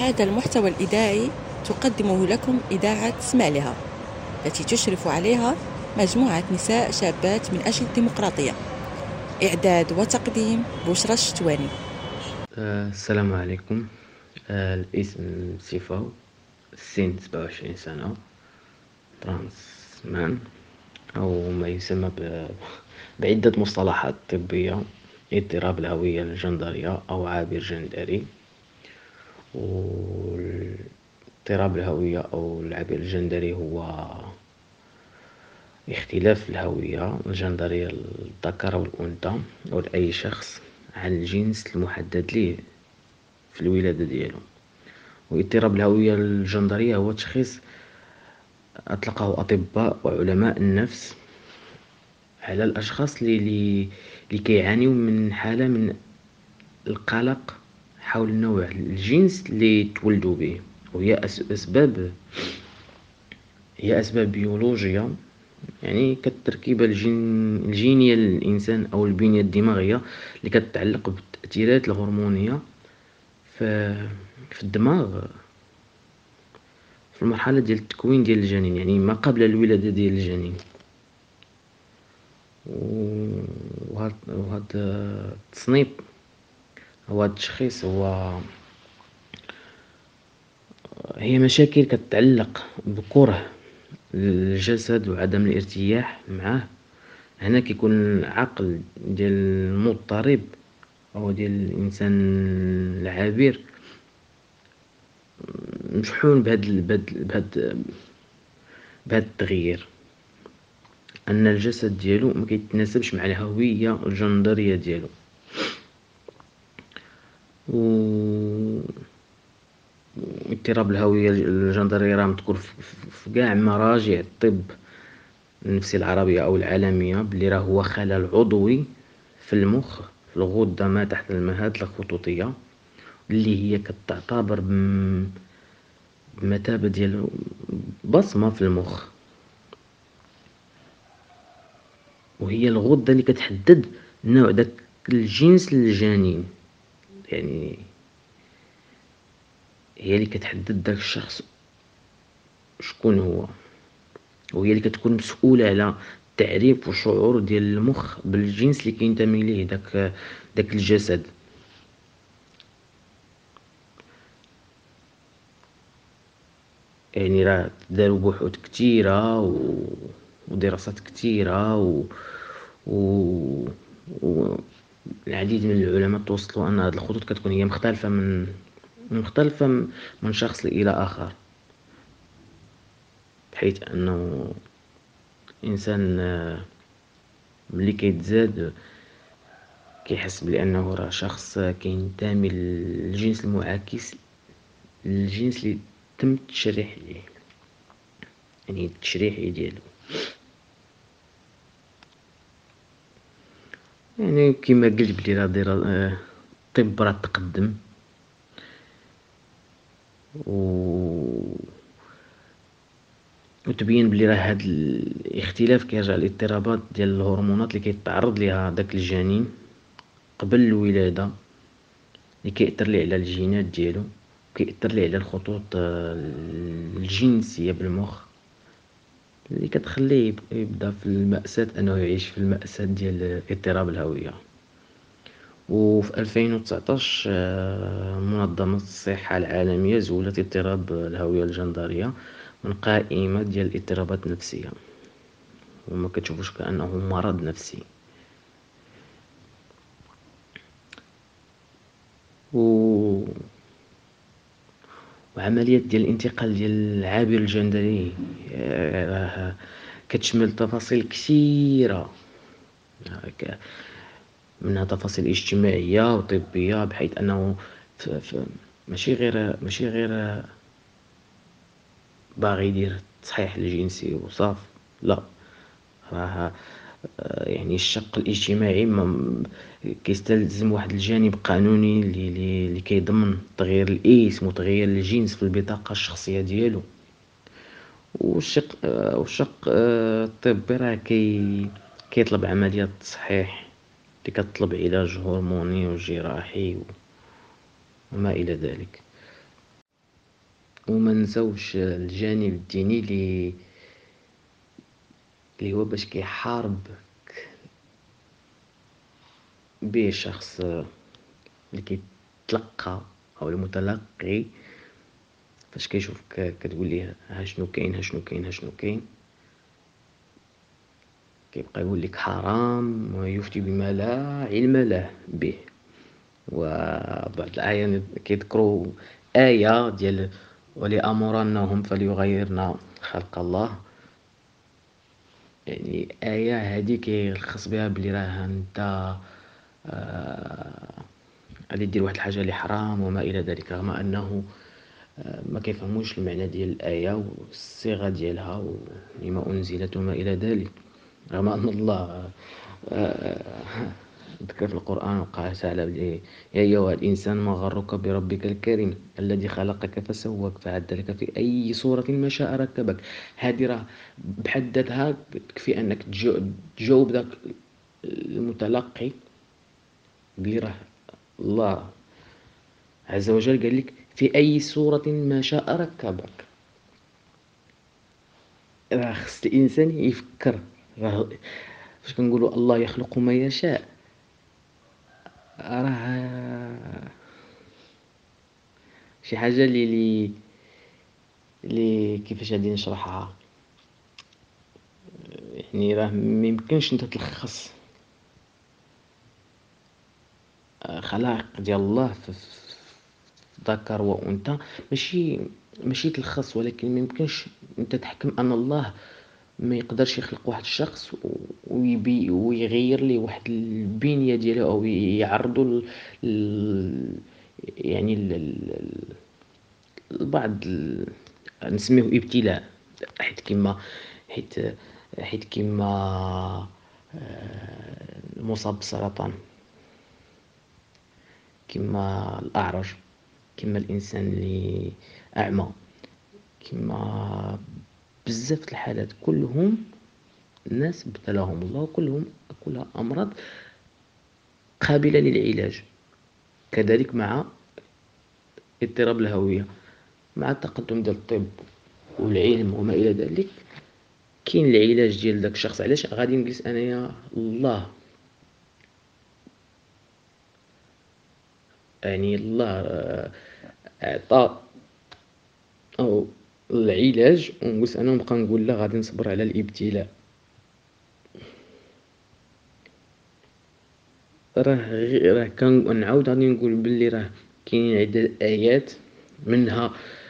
هذا المحتوى الإذاعي تقدمه لكم إذاعة اسمع لها، التي تشرف عليها مجموعة نساء شابات من أجل الديمقراطية. إعداد وتقديم بشرى الشتواني. السلام عليكم. الاسم سيفاو، السن 27 سنة، ترانس مان، أو ما يسمى بعدة مصطلحات طبية: اضطراب الهوية الجندرية أو عابر جندري. واضطراب الهوية أو العابر الجندري هو اختلاف الهوية الجندرية للذكر أو الأنثى أو لأي شخص عن الجنس المحدد ليه في الولادة ديالو. واضطراب الهوية الجندرية هو تشخيص أطلقه أطباء وعلماء النفس على الأشخاص اللي كيعانيو من حالة من القلق حول نوع الجنس اللي تولدوا به، وهي أسباب بيولوجية، يعني كالتركيبة الجينية للإنسان أو البنية الدماغية اللي كتتعلق بالتأثيرات الهرمونية في الدماغ في المرحلة ديال التكوين ديال الجنين، يعني ما قبل الولادة ديال الجنين. وهذا التصنيف أو هذا التشخيص هي مشاكل كتتعلق بكره الجسد وعدم الارتياح معه. هنا كيكون العقل ديال المضطرب أو ديال الإنسان العابر مشحون بهاد التغيير، أن الجسد ديالو ما كيتناسبش مع الهوية الجندرية ديالو. اضطراب الهوية الجندرية راه مذكور في كاع مراجع الطب النفسي العربية أو العالمية بلي راه هو خلل عضوي في المخ، في الغدة ما تحت المهاد الخطوطية، اللي هي كتعتبر بمثابة ديال بصمة في المخ، وهي الغدة اللي كتحدد نوع داك الجنس للجنين، يعني هي اللي كتحدد داك الشخص شكون هو، وهي اللي كتكون مسؤولة على التعريف والشعور ديال المخ بالجنس اللي كينتمي ليه داك الجسد. يعني راه داروا بحوث كثيرة ودراسات كثيرة و... العديد من العلماء توصلوا أن هذه الخطوط كتكون هي مختلفة من شخص إلى آخر، بحيث أنه الإنسان ملي كيتزاد كيحس بأنه راه شخص كينتمي للجنس المعاكس للجنس اللي تم التشريح ليه، يعني التشريحي ديالو. يعني كما قلت بلي راه الطب راه تقدم وتبين بلي راه هاد الاختلاف كيرجع لاضطرابات ديال الهرمونات اللي كيتعرض ليها داك الجنين قبل الولادة، اللي كيأثر ليه على الجينات ديالو، كيأثر ليه على الخطوط الجنسية بالمخ، اللي كتخليه يبدا في المأساة، انه يعيش في المأساة ديال اضطراب الهوية. وفي 2019 منظمة الصحة العالمية زولت اضطراب الهوية الجندرية من قائمة ديال الاضطرابات النفسية، وما كتشوفوش كأنه مرض نفسي. وعملية ديال الانتقال ديال العابر الجندري راه كتشمل تفاصيل كثيرة، منها تفاصيل اجتماعية وطبية، بحيث أنه ماشي غير باغي يدير تصحيح الجنسي وصاف، لا، راه يعني الشق الاجتماعي كيستلزم واحد الجانب قانوني اللي كيضمن تغيير الاسم وتغيير الجنس في البطاقة الشخصية ديالو. والشق الطبي راه كيطلب عمليات تصحيح اللي كتطلب علاج هرموني وجراحي وما إلى ذلك. وما نساوش الجانب الديني اللي هو باش كيحارب به الشخص اللي كيتلقى او المتلقي، فاش كيشوفك كتقول ليه ها شنو كاين ها شنو كاين ها شنو كاين، كيبقى يقول لك حرام ويفتي بما لا علم له به. وبعض الآيات كيذكروا آية ديال ولأمرنهم فليغيرن خلق الله، يعني آية هادي كيلخص بها بلي راه انت غادي دير واحد الحاجة اللي حرام وما إلى ذلك، رغم أنه ما كيفهموش المعنى ديال الآية والصيغة ديالها لما أنزلت وما إلى ذلك، رغم أن الله ذكر في القرآن وقال تعالى يا أيها الإنسان ما غرك بربك الكريم الذي خلقك فسواك فعدلك في أي صورة ما شاء ركبك. هذه راه بحد ذاتها تكفي أنك تجاوب ذاك المتلقي بلي راه الله عز وجل قال لك في أي صورة ما شاء ركبك. راه خص الإنسان يفكر، راه فاش كنقولوا الله يخلق ما يشاء، راه شي حاجة اللي كيفاش غادي نشرحها، يعني راه ميمكنش انت تلخص خلائق ديال الله في ذكر وانثى، ماشي تلخص، ولكن ميمكنش انت تحكم ان الله ما يقدرش يخلق واحد الشخص ويغير ليه واحد البنية ديالو او يعرضوا يعني البعض نسميه ابتلاء، حيت كما حيت حيت كما المصاب بالسرطان، كما الأعرج، كما الإنسان اللي أعمى، كما بزاف الحالات كلهم الناس ابتلاهم الله، كلها أمراض قابلة للعلاج. كذلك مع اضطراب الهوية، مع التقدم ديال الطب والعلم وما إلى ذلك، كاين العلاج ديال داك الشخص. علاش غادي نجلس انايا الله، يعني الله اعطى او العلاج ونجلس انا ونبقى نقول لا غادي نصبر على الابتلاء؟ راه كنعاود غادي نقول باللي راه كاينين عدة آيات منها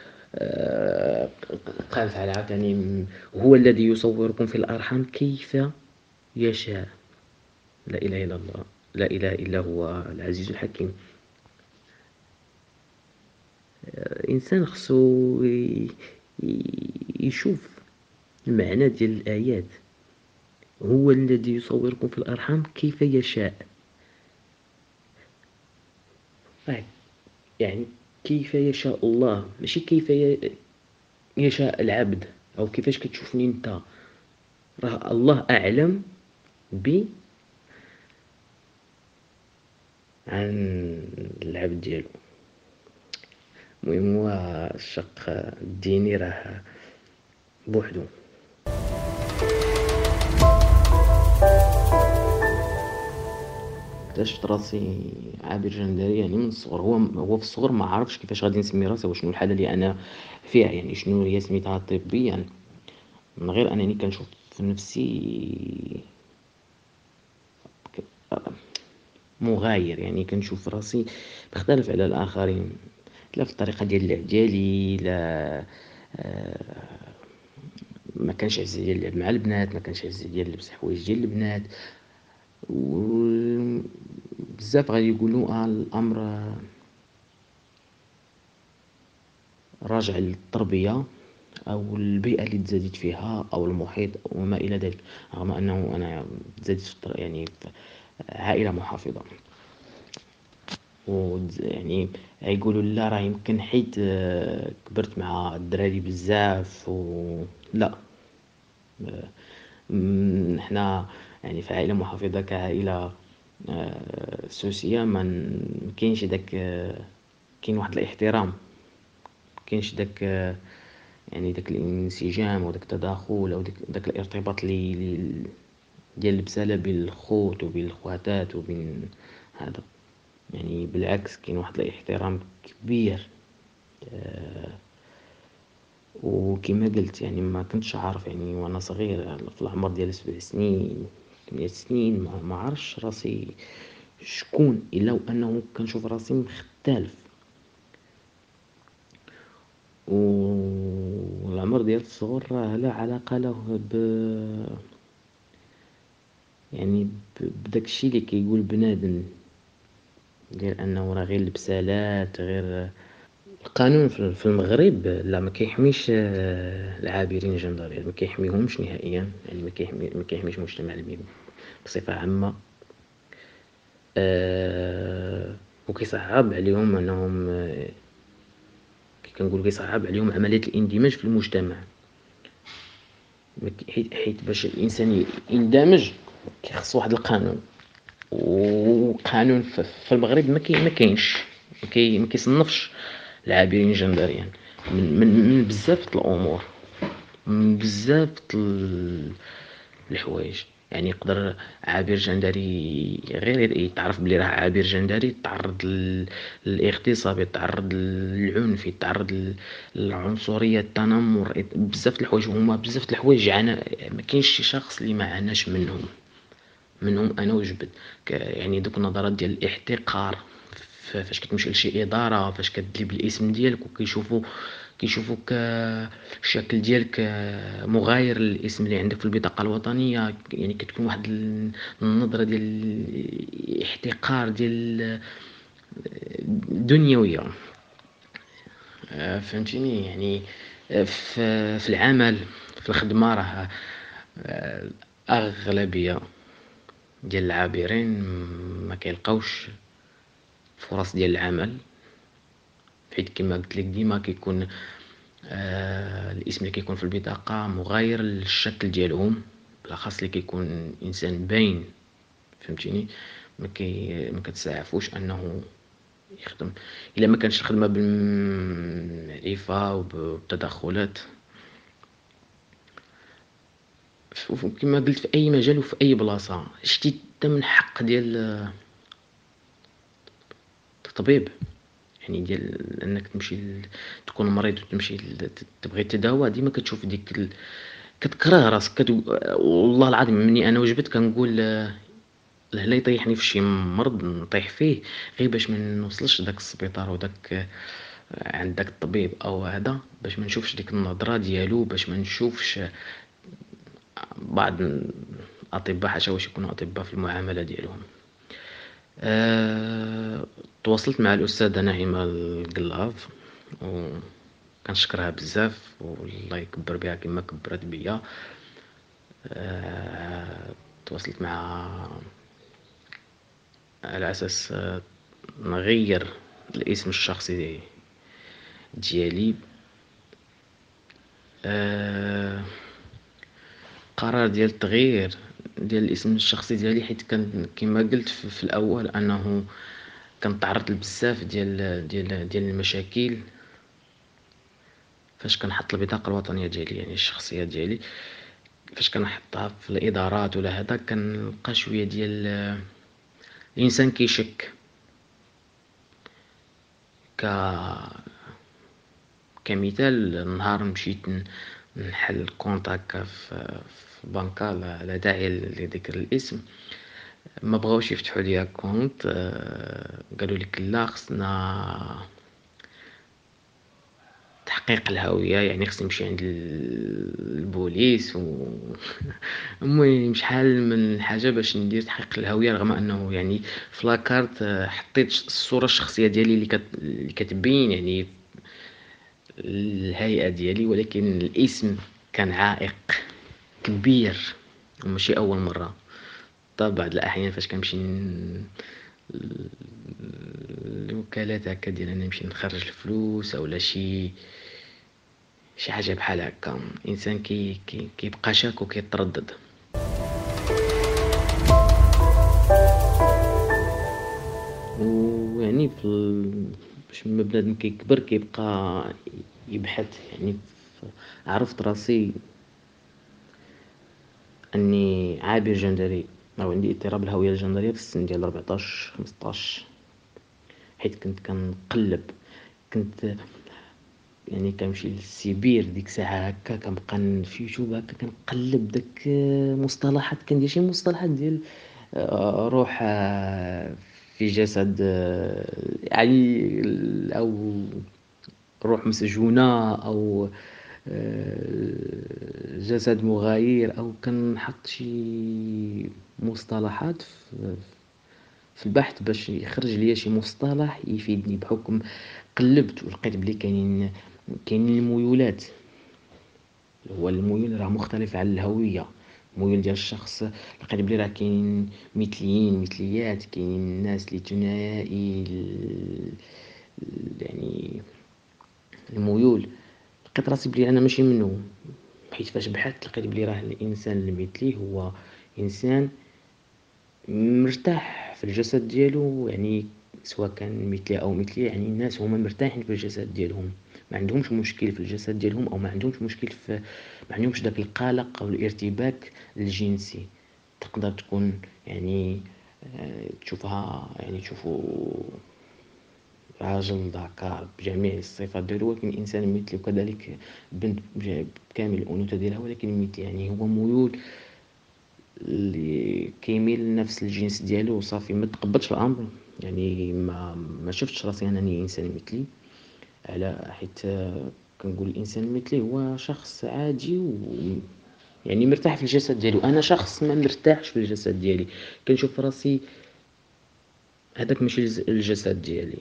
قال تعالى عاوتاني هو الذي يصوركم في الأرحام كيف يشاء. لا إله إلا الله، لا إله إلا هو العزيز الحكيم. الإنسان خصو يشوف المعنى ديال الآيات، هو الذي يصوركم في الأرحام كيف يشاء، يعني كيف يشاء الله، ماشي كيف يشاء العبد أو كيفاش كتشوفني انت. راه الله أعلم عن العبد ديالو. المهم هو الشق الديني راه بوحدو. اكتشفت راسي عابر جندري يعني من الصغر. هو في الصغر ما عرفش كيفاش غادي نسمي راسي وشنو الحاله اللي انا فيها، يعني شنو هي سميتها طبيا، من غير انني كنشوف في نفسي مغاير، يعني كنشوف راسي مختلف على الاخرين، لا في الطريقه ديال اللعب ديالي، لا ما كانش عز ديال اللعب مع البنات، ما كانش عز ديال لبس حوايج ديال البنات، بزاف غادي يقولوا الامر راجع للتربيه او البيئه اللي تزاديت فيها او المحيط وما الى ذلك، رغم انه انا تزاديت يعني في عائله محافظه. يعني يقولوا لا راه يمكن حيت كبرت مع الدراري بزاف لا، حنا يعني في عائله محافظه كعائله سوسيه، ما كاينش داك كاين واحد الاحترام كاينش داك يعني داك الانسجام وداك التداخل او داك الارتباط ديال البسالة بين الخوت وبين الخواتات وبين هذا. يعني بالعكس كاين واحد الاحترام كبير. وكما قلت يعني ما كنتش عارف يعني وانا صغير في العمر ديال 7 سنين 8 سنين ما عرفش راسي شكون الا وانه كنشوف راسي مختلف. والعمر ديال الصغر راه لا علاقة له يعني بداك الشيء اللي كيقول بنادم ديال انه راه غير البسالات غير. القانون في المغرب لا ما كيحميش العابرين جندريا، ما كيحميهمش نهائيا. يعني ما كيحميش المجتمع المغربي بصفة عامة. وكيصعب عليهم انهم كي كنقول كيصعب عليهم عملية الاندماج في المجتمع. حيت باش الانسان يندمج كيخص واحد القانون. وقانون في المغرب ما كاينش، ما كيصنفش العابرين جندريا من بزاف الامور، من بزاف الحوايج. يعني يقدر عابر جندري غير يتعرف بلي راه عابر جندري يتعرض للاغتصاب، يتعرض للعنف، يتعرض للعنصريه، التنمر، بزاف الحوايج. هما بزاف الحوايج ما كاينش شي شخص اللي ما عاناش منهم انا وجبت. يعني دوك النظرات ديال الاحتقار فاش كتمشي لشي اداره، فاش كتدلي بالاسم ديالك كيشوفوك الشكل ديالك مغاير للاسم اللي عندك في البطاقه الوطنيه. يعني كتكون واحد النظره ديال الاحتقار ديال دنيويه. فهمتيني؟ يعني في العمل، في الخدمه، راه اغلبيه ديال العابرين ما كيلقاوش فرص ديال العمل، حيت كما قلت لك ديما كيكون الاسم اللي كيكون في البطاقه مغاير للشكل ديالهم، بالاخص اللي كيكون انسان باين. فهمتيني؟ ما كتسعفوش انه يخدم الا ما كانش الخدمه بالمعرفه وبالتدخلات. كما قلت في اي مجال وفي اي بلاصه شتي من حق ديال الطبيب، يعني ديال انك تمشي تكون مريض وتمشي تبغي تداوى، ديما كتشوف ديك كتكره راسك والله العظيم مني انا وجبت كنقول لا يطيحني في شي مرض نطيح فيه غير باش ما نوصلش داك السبيطار وداك عند داك الطبيب او هذا، باش ما نشوفش ديك النظره ديالو، باش ما نشوفش بعض الاطباء حتى واش يكونوا اطباء في المعامله ديالهم. تواصلت مع الأستاذة نعيمة القلاف وكنشكرها بزاف والله يكبر بها كما كبرت بيا. تواصلت مع على أساس نغير الاسم الشخصي ديالي. قرار ديال التغيير ديال الاسم الشخصي ديالي، حيت كان كما قلت في الاول انه كنتعرض لبزاف ديال المشاكل فاش كنحط البطاقه الوطنيه ديالي، يعني الشخصيه ديالي فاش كنحطها في الادارات ولا هذا كنلقى شويه ديال الانسان كيشك. كمثال، نهار مشيت نحل كونط هكا في بنكه لا داعي لذكر الاسم، ما بغاوش يفتحوا ليا كونط. قالوا لك لا، خصنا تحقيق الهويه، يعني خصني نمشي عند البوليس المهم شحال من حاجه باش ندير تحقيق الهويه، رغم انه يعني في لاكارت حطيت الصوره الشخصيه ديالي اللي كتبين يعني الهيئه ديالي، ولكن الاسم كان عائق كبير وماشي اول مره. طبعا بعض الاحيان فاش كنمشي الوكالات هكا ديال انا نمشي نخرج الفلوس اولا شي حاجه بحال هكا، الانسان كيبقى شاك وكيتردد. ويعني باش ما بنادم كيكبر كيبقى يبحث يعني عرفت راسي اني عابر جندري او عندي اضطراب الهويه الجندريه في السن ديال 14 15، حيت كنت كنقلب، كنت يعني كنمشي للسيبير ديك الساعه هكا، كنبقى في يوتيوب هكا كنقلب داك مصطلحات، كندير شي مصطلحات ديال روح في جسد يعني او روح مسجونة أو جسد مغاير، أو كنحط شي مصطلحات في البحث باش يخرج ليا شي مصطلح يفيدني، بحكم قلبت ولقيت بلي كاينين الميولات. هو الميول راه مختلف على الهوية. الميول ديال الشخص لقيت بلي راه كاينين مثليين مثليات، كاينين الناس اللي ثنائي يعني الميول. لقيت راسي بلي انا ماشي منهم، حيت فاش بحثت لقيت بلي راه الانسان المثلي هو انسان مرتاح في الجسد ديالو، يعني سواء كان مثلي او مثلي، يعني الناس هما مرتاحين في الجسد ديالهم، ما عندهمش مشكل في الجسد ديالهم، او ما عندهمش مشكل في، ما عندهمش داك القلق او الارتباك الجنسي. تقدر تكون يعني تشوفها، يعني تشوفوا راجل ذكر بجميع الصفات ديالو، ولكن انسان مثلي، وكذلك بنت بكامل الانوثه ديالها ولكن مثلي. يعني هو ميول اللي كيميل لنفس الجنس ديالو وصافي، ما تقبلتش الامر. يعني ما شفتش راسي انني انسان مثلي، على حيت كنقول الانسان المثلي هو شخص عادي و يعني مرتاح في الجسد ديالو. انا شخص ما مرتاحش في الجسد ديالي، كنشوف راسي هذاك ماشي الجسد ديالي.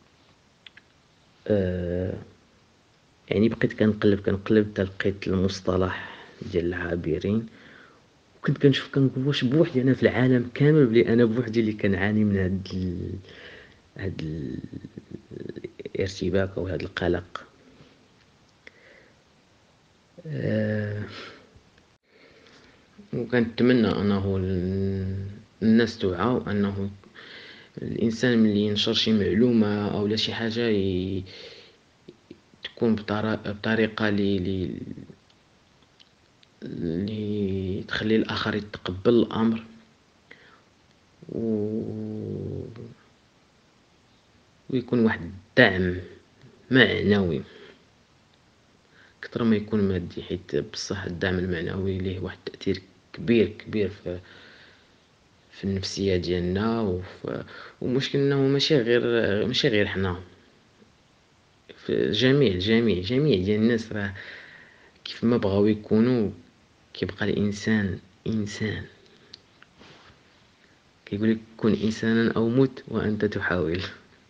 أه يعني بقيت كنقلب حتى لقيت المصطلح ديال العابرين، وكنت كنشوف كنقول واش بوحدي انا في العالم كامل، بلي انا بوحدي اللي كنعاني من هاد الارتباك او هاد القلق. أه وكنتمنى انه الناس توعى، انه الانسان ملي ينشر شي معلومه او لا شي حاجه تكون بطريقه اللي تخلي الاخر يتقبل الامر، و... ويكون واحد الدعم معنوي كتر ما يكون مادي، حيت بصح الدعم المعنوي ليه واحد التأثير كبير كبير في النفسية ديالنا. ومشكل انه ماشي غير حنا، في جميع ديال الناس، راه كيف ما بغاو يكونوا كيبقى الانسان انسان. كيقول لك كن انسانا او مت وانت تحاول.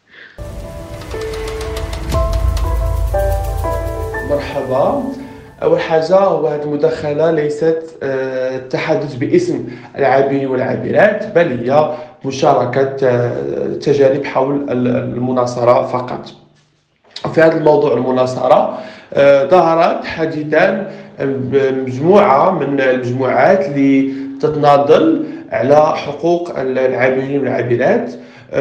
مرحبا. أول حاجة، هو هذه المداخلة ليست التحدث باسم العابرين والعابرات، بل هي مشاركة تجارب حول المناصرة فقط. في هذا الموضوع المناصرة ظهرت حديثا مجموعة من المجموعات اللي تتناضل على حقوق العابرين والعابرات،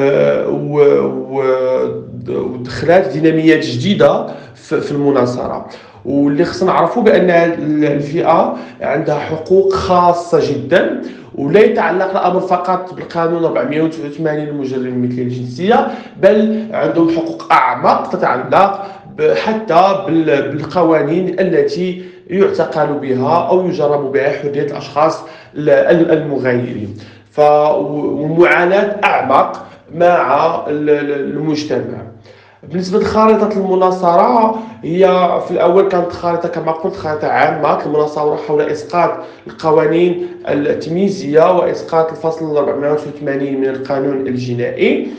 ودخلت ديناميات جديدة في المناصرة. واللي خصنا نعرفوا بأن الفئة عندها حقوق خاصة جدا، ولا يتعلق الأمر فقط بالقانون 489 المجرم المثلية الجنسية، بل عندهم حقوق أعمق تتعلق حتى بالقوانين التي يعتقل بها أو يجرم بها حرية الأشخاص المغايرين، ومعاناة أعمق مع المجتمع. بالنسبة لخارطة المناصرة، هي في الأول كانت خارطة كما قلت خارطة عامة المناصرة حول إسقاط القوانين التمييزية وإسقاط الفصل 483 من القانون الجنائي.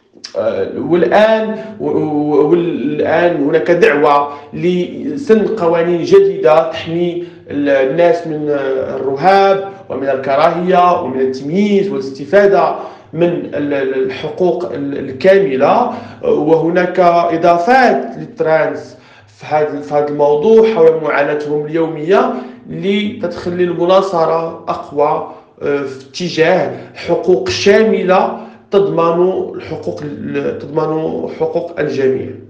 والآن هناك دعوة لسن قوانين جديدة تحمي الناس من الرهاب ومن الكراهية ومن التمييز والاستفادة من الحقوق الكاملة. وهناك إضافات للترانس في هذا الموضوع حول معاناتهم اليومية، لتخلي المناصرة أقوى في اتجاه حقوق شاملة تضمن حقوق الجميع.